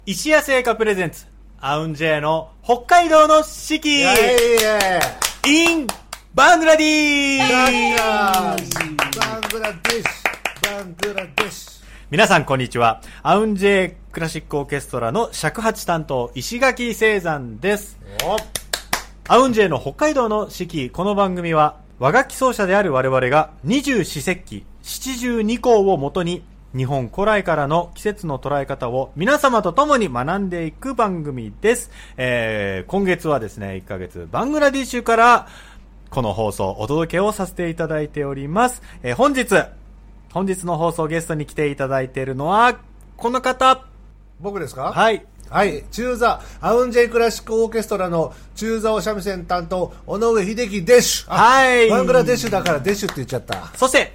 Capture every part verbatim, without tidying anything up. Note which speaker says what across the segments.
Speaker 1: 石屋製菓プレゼンツアウンジェイの北海道の四季 in バングラディー
Speaker 2: バングラディッシュバングラディッシュ。
Speaker 1: 皆さんこんにちは。アウンジェイクラシックオーケストラの尺八担当石垣聖山です。アウンジェイの北海道の四季、この番組は和楽器奏者である我々が二十四節気七十二候をもとに日本古来からの季節の捉え方を皆様と共に学んでいく番組です。えー、今月はですね、いっかげつバングラディッシュからこの放送お届けをさせていただいております。えー、本日、本日の放送ゲストに来ていただいているのはこの方。
Speaker 2: 僕ですか？
Speaker 1: はい。
Speaker 2: はい、中座アウンジェイクラシックオーケストラの中座お三味線担当尾上秀樹デッシュ。
Speaker 1: はい。
Speaker 2: バングラデシュだからデッシュって言っちゃった。
Speaker 1: そして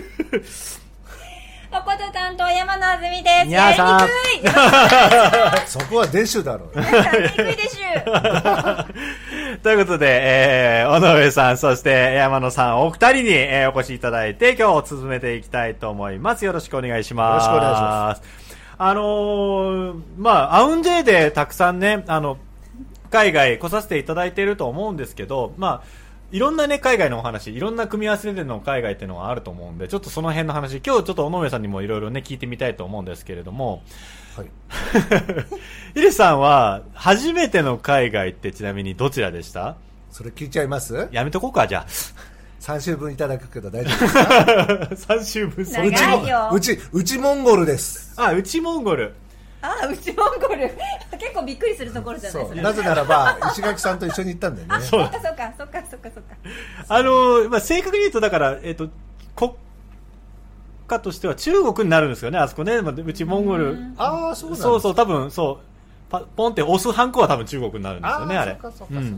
Speaker 3: おこと担当山野あずみです。
Speaker 1: やりにく
Speaker 2: いそこはデッシュだろう。
Speaker 3: やりにくいでしゅ
Speaker 1: ということで、えー、尾上さんそして山野さんお二人に、えー、お越しいただいて今日進めていきたいと思います。よろしくお願いします。
Speaker 2: よろしくお願いします。
Speaker 1: あのー、まあアウンジェイでたくさんね、あの海外来させていただいていると思うんですけど、まあいろんなね、海外のお話、いろんな組み合わせでの海外っていうのはあると思うんで、ちょっとその辺の話、今日ちょっと尾上さんにもいろいろね、聞いてみたいと思うんですけれども、
Speaker 2: はい。
Speaker 1: イルさんは、初めての海外ってちなみにどちらでした？
Speaker 2: それ聞いちゃいます？
Speaker 1: やめとこうか、じゃあ。
Speaker 2: さん週分いただくけど大丈夫ですか？
Speaker 1: さん週分、
Speaker 3: 長いよ。
Speaker 2: うち、うちモンゴルです。
Speaker 1: あ、うちモンゴル。
Speaker 3: ああ、うちモンゴル結構びっくりするところじゃないですか。
Speaker 2: なぜならば石垣さんと一緒に行ったんだよね。
Speaker 3: あ、そっかそっかそっかそっかそっか。
Speaker 1: あの、まあ、正確に言うとだから、えっと、国家としては中国になるんですよね、あそこね。まあ、うちモンゴル。
Speaker 2: ああ、そうなんです。
Speaker 1: そうそう、多分そうパポンって押すハンコは多分中国になるんですよね、あれ。
Speaker 2: あそっかそっかそっか、うん、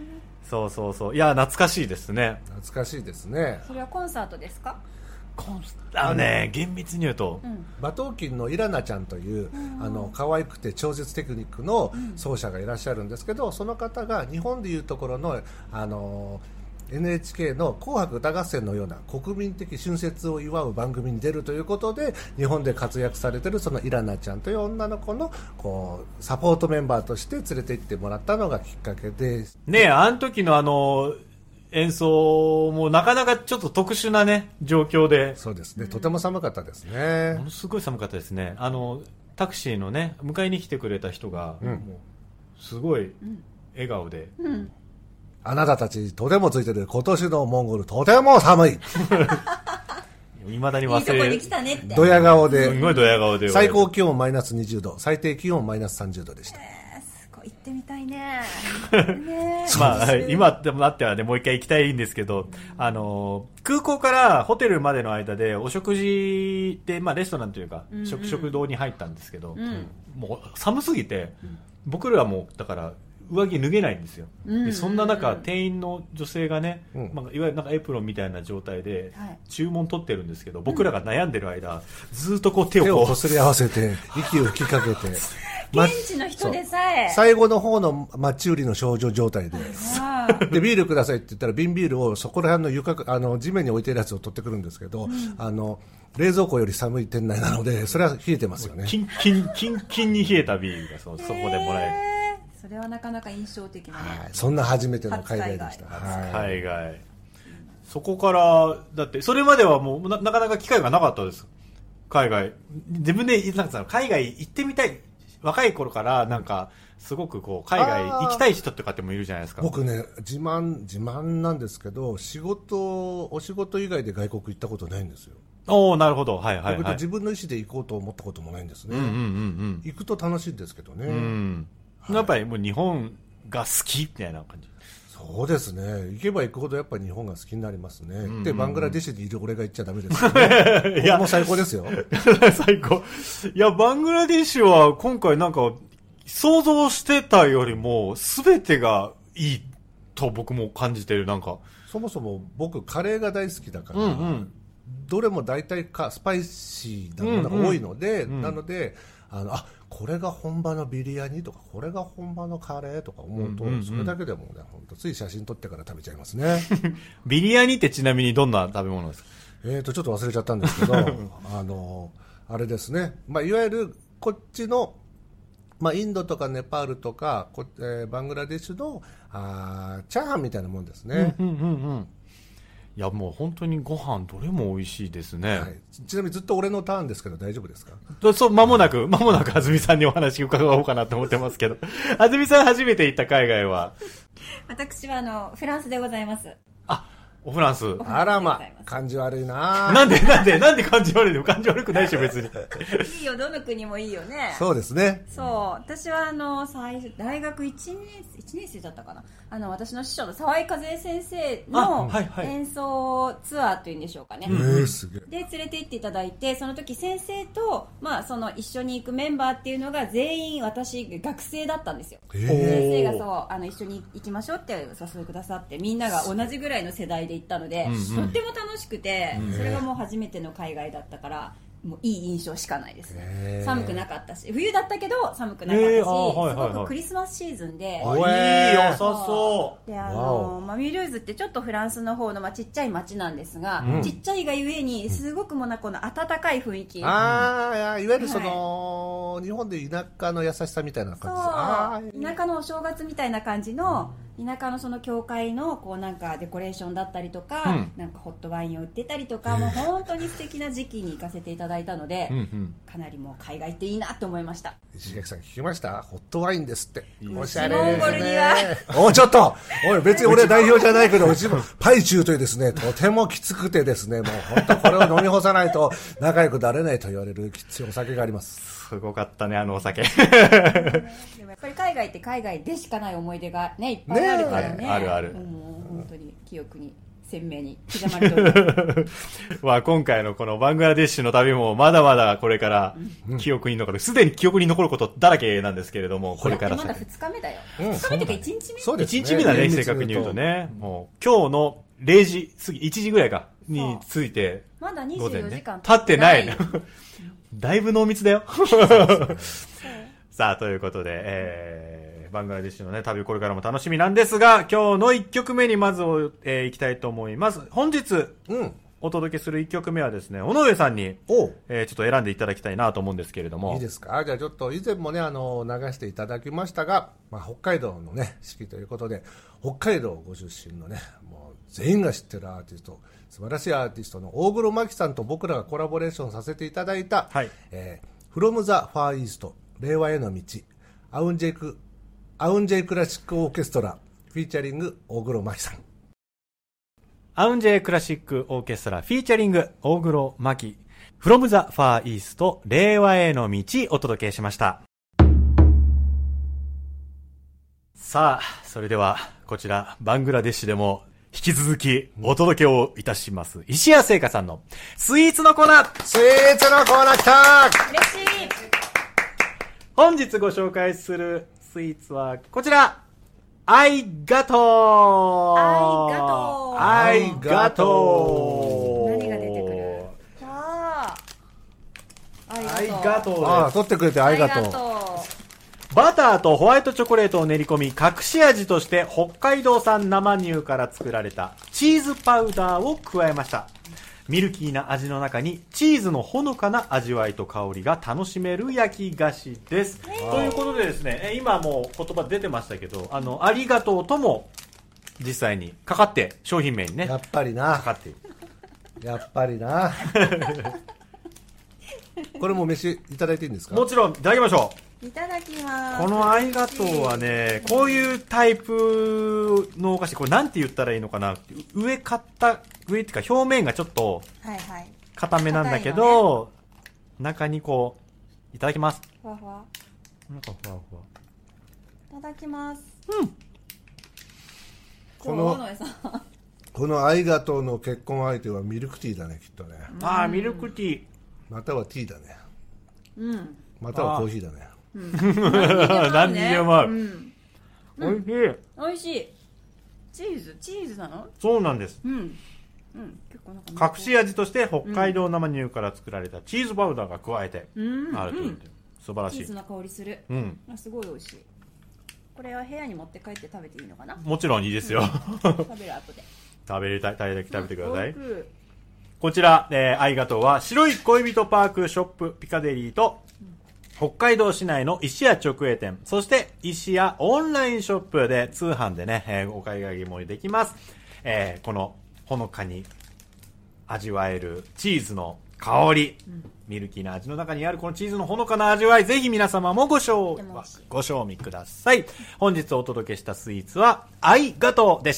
Speaker 1: そうそうそう。いや懐かしいですね。
Speaker 2: 懐かしいですね。
Speaker 3: それはコンサートですか？
Speaker 1: コンあのね、厳密に言うと、
Speaker 3: うん、
Speaker 2: 馬頭琴のイラナちゃんという、うん、あの可愛くて超絶テクニックの奏者がいらっしゃるんですけど、その方が日本でいうところのあの エヌエイチケー の紅白歌合戦のような国民的春節を祝う番組に出るということで日本で活躍されているそのイラナちゃんという女の子のこうサポートメンバーとして連れて行ってもらったのがきっかけです
Speaker 1: ね。え、あの時のあの演奏もなかなかちょっと特殊なね状況で。
Speaker 2: そうですね、とても寒かったですね。
Speaker 1: ものすごい寒かったですね。あのタクシーのね迎えに来てくれた人が、うん、もうすごい笑顔で、
Speaker 3: うんうん、
Speaker 2: あなたたちとてもついてる今年のモンゴルとても寒い
Speaker 1: 未だに忘れる。いいとこに来たねって。
Speaker 2: ドヤ顔で。
Speaker 1: すごいドヤ顔で。
Speaker 2: 最高気温マイナスにじゅうど、最低気温マイナスさんじゅうどでした。
Speaker 3: えー、すごい行ってみたいね。
Speaker 1: ねまあ今でもなってはねもう一回行きたいんですけど、あの空港からホテルまでの間でお食事でまあレストランというか、うんうん、食食堂に入ったんですけど、うん、もう寒すぎて、うん、僕らはもうだから。上着脱げないんですよ、うんうんうん、でそんな中店員の女性がね、うんまあ、いわゆるなんかエプロンみたいな状態で注文取ってるんですけど、はい、僕らが悩んでる間、うん、ずっとこう手をこ
Speaker 2: う擦り合わせて息を吹きかけて
Speaker 3: 現地の人でさえ
Speaker 2: 最後の方のマッチ売りの少女状態ででビールくださいって言ったら瓶ビールをそこら辺の床あの地面に置いてるやつを取ってくるんですけど、うん、あの冷蔵庫より寒い店内なのでそれは冷えてますよね。
Speaker 1: キンキンキンキンに冷えたビールが そ, そこでもらえる。
Speaker 3: それはなかなか印象的なね、はい、
Speaker 2: そんな初めての海外でした。
Speaker 1: 海外、はい、そこからだってそれまではもう な, なかなか機会がなかったです。海外自分でなんか海外行ってみたい若い頃からなんかすごくこう海外行きたい人とかってもいるじゃないですか。
Speaker 2: 僕ね自慢自慢なんですけど仕事お仕事以外で外国行ったことないんですよ。
Speaker 1: おおなるほど、はいはいはい。
Speaker 2: 自分の意思で行こうと思ったこともないんですね、
Speaker 1: うんうんうんうん、
Speaker 2: 行くと楽しいんですけどね、
Speaker 1: うんはい、やっぱりもう日本が好きみたいな感じ。
Speaker 2: そうですね、行けば行くほどやっぱり日本が好きになりますね、うんうん、でバングラデシュにいる俺が言っちゃダメですよねいやもう最高ですよ
Speaker 1: 最高。いやバングラデシュは今回なんか想像してたよりも全てがいいと僕も感じてる。なんか
Speaker 2: そもそも僕カレーが大好きだから、
Speaker 1: うんうん、
Speaker 2: どれも大体かスパイシーなものが多いので、うんうん、なのであのあこれが本場のビリヤニとかこれが本場のカレーとか思うと、うんうんうん、それだけでもね本当つい写真撮ってから食べちゃいますね
Speaker 1: ビリヤニってちなみにどんな食べ物ですか？
Speaker 2: えーとちょっと忘れちゃったんですけどあのあれですね、まあ、いわゆるこっちのまあ、インドとかネパールとか、こえーバングラデシュのあーチャーハンみたいなもんですね。
Speaker 1: うんうんうんうんいやもう本当にご飯どれも美味しいですね、
Speaker 2: はい、ちなみにずっと俺のターンですけど大丈夫ですか？
Speaker 1: そう間もなく間もなく安住さんにお話伺おうかなと思ってますけど安住さん初めて行った海外は？
Speaker 3: 私はあのフランスでございます。
Speaker 1: あおフランス。
Speaker 2: あらま感じ悪いな
Speaker 1: なんでなんでなんで感じ悪いの？感じ悪くないでしょ別に
Speaker 3: いいよ、どの国もいいよね。
Speaker 2: そうですね。
Speaker 3: そう私はあの最初大学いちねんいちねん生だったかな、あの私の師匠の沢井和恵先生の
Speaker 1: はいはい
Speaker 3: 演奏ツアーというんでしょうかね、
Speaker 2: えー、すげえ。
Speaker 3: で連れて行っていただいて、その時先生と、まあ、その一緒に行くメンバーっていうのが全員私学生だったんですよ。
Speaker 2: えー
Speaker 3: 先生がそうあの一緒に行きましょうってお誘いくださって、みんなが同じぐらいの世代で行ったので、
Speaker 1: うんうん
Speaker 3: とっても楽しくて、
Speaker 1: うん
Speaker 3: それがもう初めての海外だったからもういい印象しかないです、
Speaker 2: へー
Speaker 3: 寒くなかったし、冬だったけど寒くなかったし、
Speaker 1: へーあーはいはいはい
Speaker 3: すごくクリスマスシーズンで、
Speaker 1: おいい良さそ
Speaker 3: であ
Speaker 2: わ
Speaker 3: のまあ、ミュルーズってちょっとフランスの方の、まあ、ちっちゃい町なんですが、
Speaker 1: うん
Speaker 3: ちっちゃいがゆえにすごくもうなこの温かい雰囲気、
Speaker 2: ああ、いやいわゆるその、日本で田舎の優しさみたいな感じです。あ
Speaker 3: そう田舎のお正月みたいな感じの、田舎のその教会のこうなんかデコレーションだったりとか、
Speaker 1: うん
Speaker 3: なんかホットワインを売ってたりとか、もう本当に素敵な時期に行かせていただいたので、
Speaker 1: う、うんうん、
Speaker 3: かなりもう海外っていいなと思いました。
Speaker 2: 石垣さん聞きました？ホットワインですって
Speaker 1: いい
Speaker 2: おしゃれです
Speaker 3: モンゴルには
Speaker 2: ね。おいちょっとおい別に俺代表じゃないけどうちもパイチューというですねとてもきつくてですねもう本当これを飲み干さないと仲良くなれないと言われるきついお酒があります。
Speaker 1: すごかったねあのお酒
Speaker 3: でもやっぱり海外って海外でしかない思い出がねいっぱいあるからね、
Speaker 1: ねえあるある
Speaker 3: もう本当に記憶に鮮明に刻まれております
Speaker 1: まあ今回のこのバングラデシュの旅もまだまだこれから記憶に残る、すでに記憶に残ることだらけなんですけれども、これから
Speaker 3: だってまだ
Speaker 1: 先
Speaker 3: ふつかめだよ、
Speaker 2: うん
Speaker 3: ふつかめっていうかいちにちめ、
Speaker 2: そうですね
Speaker 1: いちにちめだね正確に言うとね、もう今日のれいじ過ぎいちじぐらいかに着いて
Speaker 3: まだ24
Speaker 1: 午前ね
Speaker 3: 時間
Speaker 1: 経ってないだいぶ濃密だよさあということで、えー、バングラデシュのね旅これからも楽しみなんですが、今日のいっきょくめにまず、えー、行きたいと思います。本日
Speaker 2: うん
Speaker 1: お届けするいっきょくめはですね、尾上さんに、
Speaker 2: おう
Speaker 1: えー、ちょっと選んでいただきたいなと思うんですけれども。
Speaker 2: いいですか？じゃあちょっと以前もねあの流していただきましたが、まあ、北海道のね四季ということで北海道ご出身のねもう全員が知ってるアーティスト、素晴らしいアーティストの大黒摩季さんと僕らがコラボレーションさせていただいた、
Speaker 1: はい
Speaker 2: えー、From the Far East 令和への道アウンジェイクアウンジェイクラシックオーケストラフィーチャリング大黒摩季さん。
Speaker 1: アウンジェイクラシックオーケストラフィーチャリング大黒摩季 From the Far East 令和への道お届けしました。さあそれではこちらバングラデシュでも引き続きお届けをいたします、うん、石谷製菓さんのスイーツのコーナー。
Speaker 2: スイーツのコーナー来た。
Speaker 3: 嬉しい。
Speaker 1: 本日ご紹介するスイーツはこちら、アイガトー。
Speaker 3: アイガトー。
Speaker 1: アイガトー。
Speaker 3: 何が出てくる？わー。
Speaker 1: アイガトーです。
Speaker 2: ああ取ってくれてありがとう。
Speaker 1: バターとホワイトチョコレートを練り込み、隠し味として北海道産生乳から作られたチーズパウダーを加えました。ミルキーな味の中にチーズのほのかな味わいと香りが楽しめる焼き菓子です。ということでですね、今もう言葉出てましたけど、あの、ありがとうとも実際にかかって、商品名にね、
Speaker 2: やっぱりな
Speaker 1: かかっている。
Speaker 2: やっぱりなこれも召しいただいていいんですか？
Speaker 1: もちろんいただきましょ
Speaker 3: いただきま
Speaker 1: う。
Speaker 3: す。
Speaker 1: このありがとうはね、こういうタイプのお菓子、これなんて言ったらいいのかな、上買った上っていうか表面がちょっと
Speaker 3: はいはい。
Speaker 1: 固めなんだけど、ね、中にこういただきます。
Speaker 3: ふわふわ。
Speaker 1: なんかふわふわ。
Speaker 3: いただきます。
Speaker 1: うん。
Speaker 2: この
Speaker 3: 尾上さん。
Speaker 2: このありがとうの結婚相手はミルクティーだねきっとね。
Speaker 1: ああミルクティー。
Speaker 2: またはティーだね。
Speaker 3: うん。
Speaker 2: またはコーヒーだね。
Speaker 3: うん、
Speaker 1: 何にでも合う。
Speaker 3: うん。
Speaker 1: 美味しい。
Speaker 3: 美味しい。チーズチーズなの？
Speaker 1: そうなんです。
Speaker 3: うん。うん。結構なんか
Speaker 1: 隠し味として北海道生乳から作られたチーズパウダーが加えて
Speaker 3: うん
Speaker 1: あるという、うん、素晴らしい。
Speaker 3: チーズの香りする。
Speaker 1: うん。
Speaker 3: あ、すごい美味しい。これは部屋に持って帰って食べていいのかな？
Speaker 1: もちろんいいですよ。
Speaker 3: うん、食べる後で。
Speaker 1: 食べるたいたいだけ食べてください。
Speaker 3: うん、
Speaker 1: こちら、えー、ありがとうは白い恋人パークショップピカデリーと北海道市内の石屋直営店、そして石屋オンラインショップで通販でね、えー、お買い上げもできます。えー、このほのかに味わえるチーズの香り、うん、ミルキーな味の中にあるこのチーズのほのかな味わい、ぜひ皆様もご賞ご賞味ください。本日お届けしたスイーツはアイガトーでした。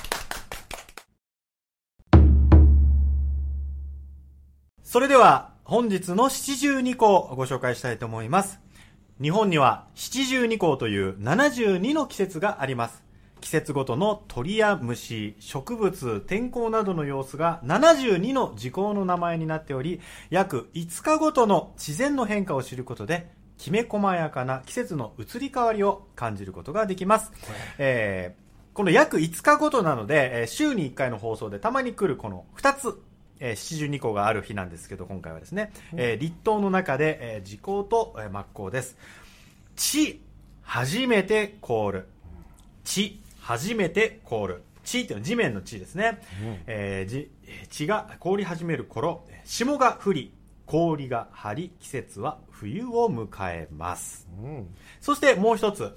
Speaker 1: それでは本日の七十二候をご紹介したいと思います。日本には七十二候というななじゅうにの季節があります。季節ごとの鳥や虫、植物、天候などの様子がななじゅうにの時効の名前になっており、約いつかごとの自然の変化を知ることで、きめ細やかな季節の移り変わりを感じることができます。えー、この約いつかごとなので、週にいっかいの放送でたまに来るこのふたつ、えー、七十二候がある日なんですけど、今回はですね、えー、立冬の中で、えー、時効と、えー、真っ向です。地、初めて凍る。地、初めて凍る。地っていうのは地面の地ですね。うん、えー、地、地が凍り始める頃、霜が降り、氷が張り、季節は冬を迎えます。うん、そしてもう一つ。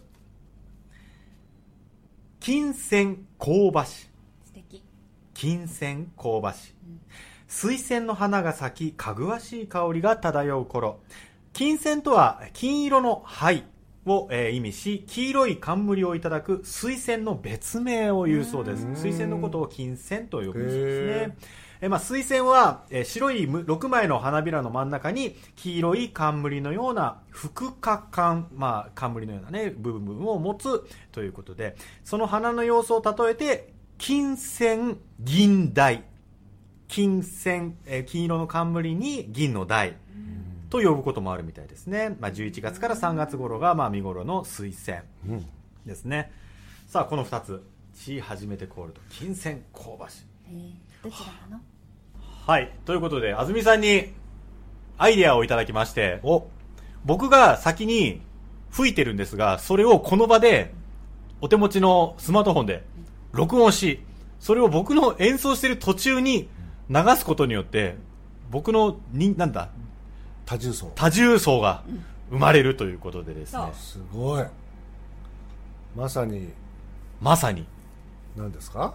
Speaker 1: 金銭香ばし。
Speaker 3: 素敵。
Speaker 1: 金銭香ばし。うん、水仙の花が咲き、かぐわしい香りが漂う頃。金銭とは金色の灰を、えー、意味し、黄色い冠をいただく水仙の別名を言うそうです。水仙のことを金銭と呼ぶそうですね。えーまあ、水仙は、えー、白いろくまいの花びらの真ん中に黄色い冠のような複花冠、まあ、冠のようなね、部分を持つということで、その花の様子を例えて、金銭銀鯛。金銭、えー、金色の冠に銀の鯛。と呼ぶこともあるみたいですね。まあ、じゅういちがつからさんがつ頃がまあ見頃の水仙ですね。うん、さあこのふたつ、地初めて凍ると金銭香ばし。
Speaker 3: えー、どちらなの？
Speaker 1: はい、ということで安住さんにアイデアをいただきまして、お僕が先に吹いてるんですが、それをこの場でお手持ちのスマートフォンで録音し、それを僕の演奏している途中に流すことによって、僕のになんだ
Speaker 2: 多重層
Speaker 1: 多重層が生まれるということでですね、
Speaker 2: うん、すごい、まさに
Speaker 1: まさに
Speaker 2: 何ですか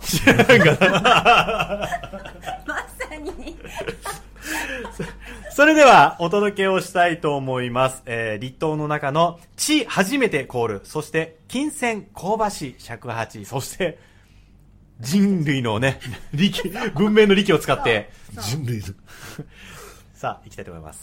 Speaker 3: まさに
Speaker 1: それではお届けをしたいと思います、えー、立冬の中の地初めて凍る、そして金銭香ばしい尺八、そして人類のね力文明の力を使って
Speaker 2: 人類の
Speaker 1: さあいきたいと思います。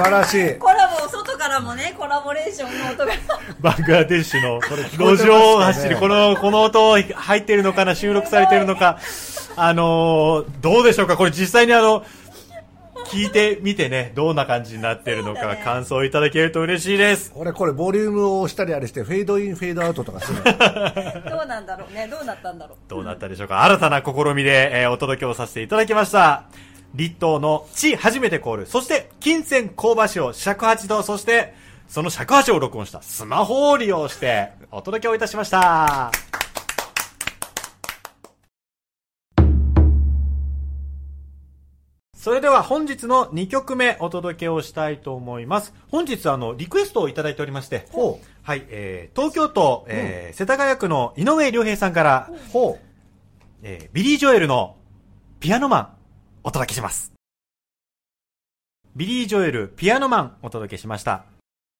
Speaker 2: 晴らしい。
Speaker 3: コラボ、外からもね、コラボレーションの音が。
Speaker 1: バングラデシュの
Speaker 2: これ聞こえてますかね
Speaker 1: 路上を走る、この、この音入ってるのかな、収録されてるのか。あのー、どうでしょうか、これ実際にあの、聞いてみてね、どんな感じになってるのか、ね、感想いただけると嬉しいです。
Speaker 2: 俺これボリュームを押したりあれしてフェードインフェードアウトとかする
Speaker 3: どうなんだろうね、どうなったんだろう。
Speaker 1: どうなったでしょうか。新たな試みで、えー、お届けをさせていただきました。立冬の地初めて凍る、そして金銭香ばしを尺八と、そしてその尺八を録音したスマホを利用してお届けをいたしました。それでは本日のにきょくめお届けをしたいと思います。本日あのリクエストをいただいておりまして、
Speaker 2: ほう、
Speaker 1: はい、えー、東京都、えーうん、世田谷区の井上良平さんから、
Speaker 2: ほう、
Speaker 1: えー、ビリー・ジョエルのピアノマンお届けします。ビリー・ジョエルピアノマンお届けしました。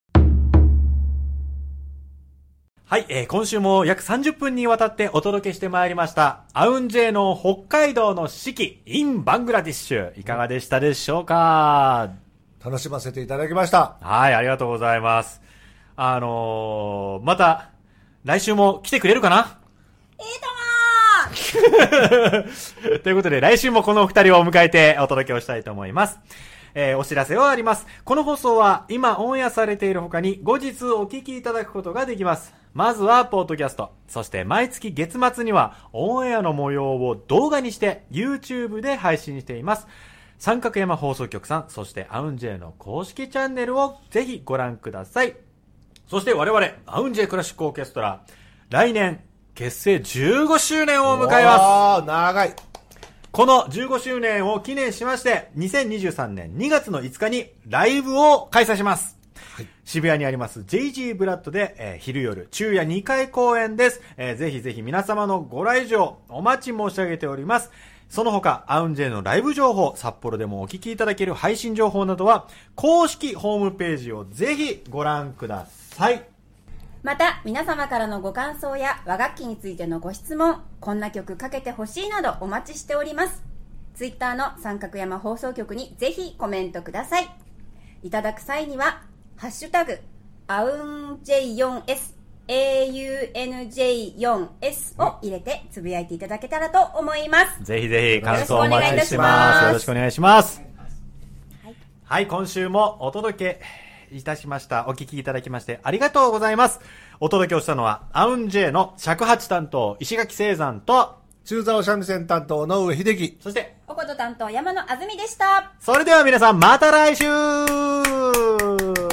Speaker 1: はい、えー、今週も約さんじゅっぷんにわたってお届けしてまいりましたアウンジェイの北海道の四季 in バングラディッシュ、いかがでしたでしょうか。
Speaker 2: 楽しませていただきました。
Speaker 1: はい、ありがとうございます。あのー、また来週も来てくれるかな。
Speaker 3: いいとも
Speaker 1: ということで来週もこのお二人を迎えてお届けをしたいと思います。えー、お知らせはあります。この放送は今オンエアされている他に後日お聞きいただくことができます。まずはポッドキャスト、そして毎月月末にはオンエアの模様を動画にして YouTube で配信しています。三角山放送局さん、そしてアウンジェイの公式チャンネルをぜひご覧ください。そして我々アウンジェイクラシックオーケストラ、来年結成じゅうごしゅうねんを迎えます。
Speaker 2: あー、長い。
Speaker 1: このじゅうごしゅうねんを記念しましてにせんにじゅうさんねんにがつのいつかにライブを開催します。はい、渋谷にあります ジェイジー ブラッドで、えー、昼夜昼夜にかい公演です。えー、ぜひぜひ皆様のご来場お待ち申し上げております。その他アウンジェイのライブ情報、札幌でもお聞きいただける配信情報などは公式ホームページをぜひご覧ください。
Speaker 3: また皆様からのご感想や和楽器についてのご質問、こんな曲かけてほしいなどお待ちしております。ツイッターの三角山放送局にぜひコメントください。いただく際にはハッシュタグアウンジェイ フォーエス エーユーエヌジェイ フォーエス を入れてつぶやいていただけたらと思います。
Speaker 1: ぜひぜひ感想をお待ちしてます。よろしくお願いします。はい、はい、今週もお届けいたしました。お聞きいただきましてありがとうございます。お届けをしたのはアウンジェイの尺八担当石垣聖山と
Speaker 2: 中座三味線担当の上秀樹、
Speaker 1: そして
Speaker 3: おこと担当山野あずみでした。
Speaker 1: それでは皆さんまた来週。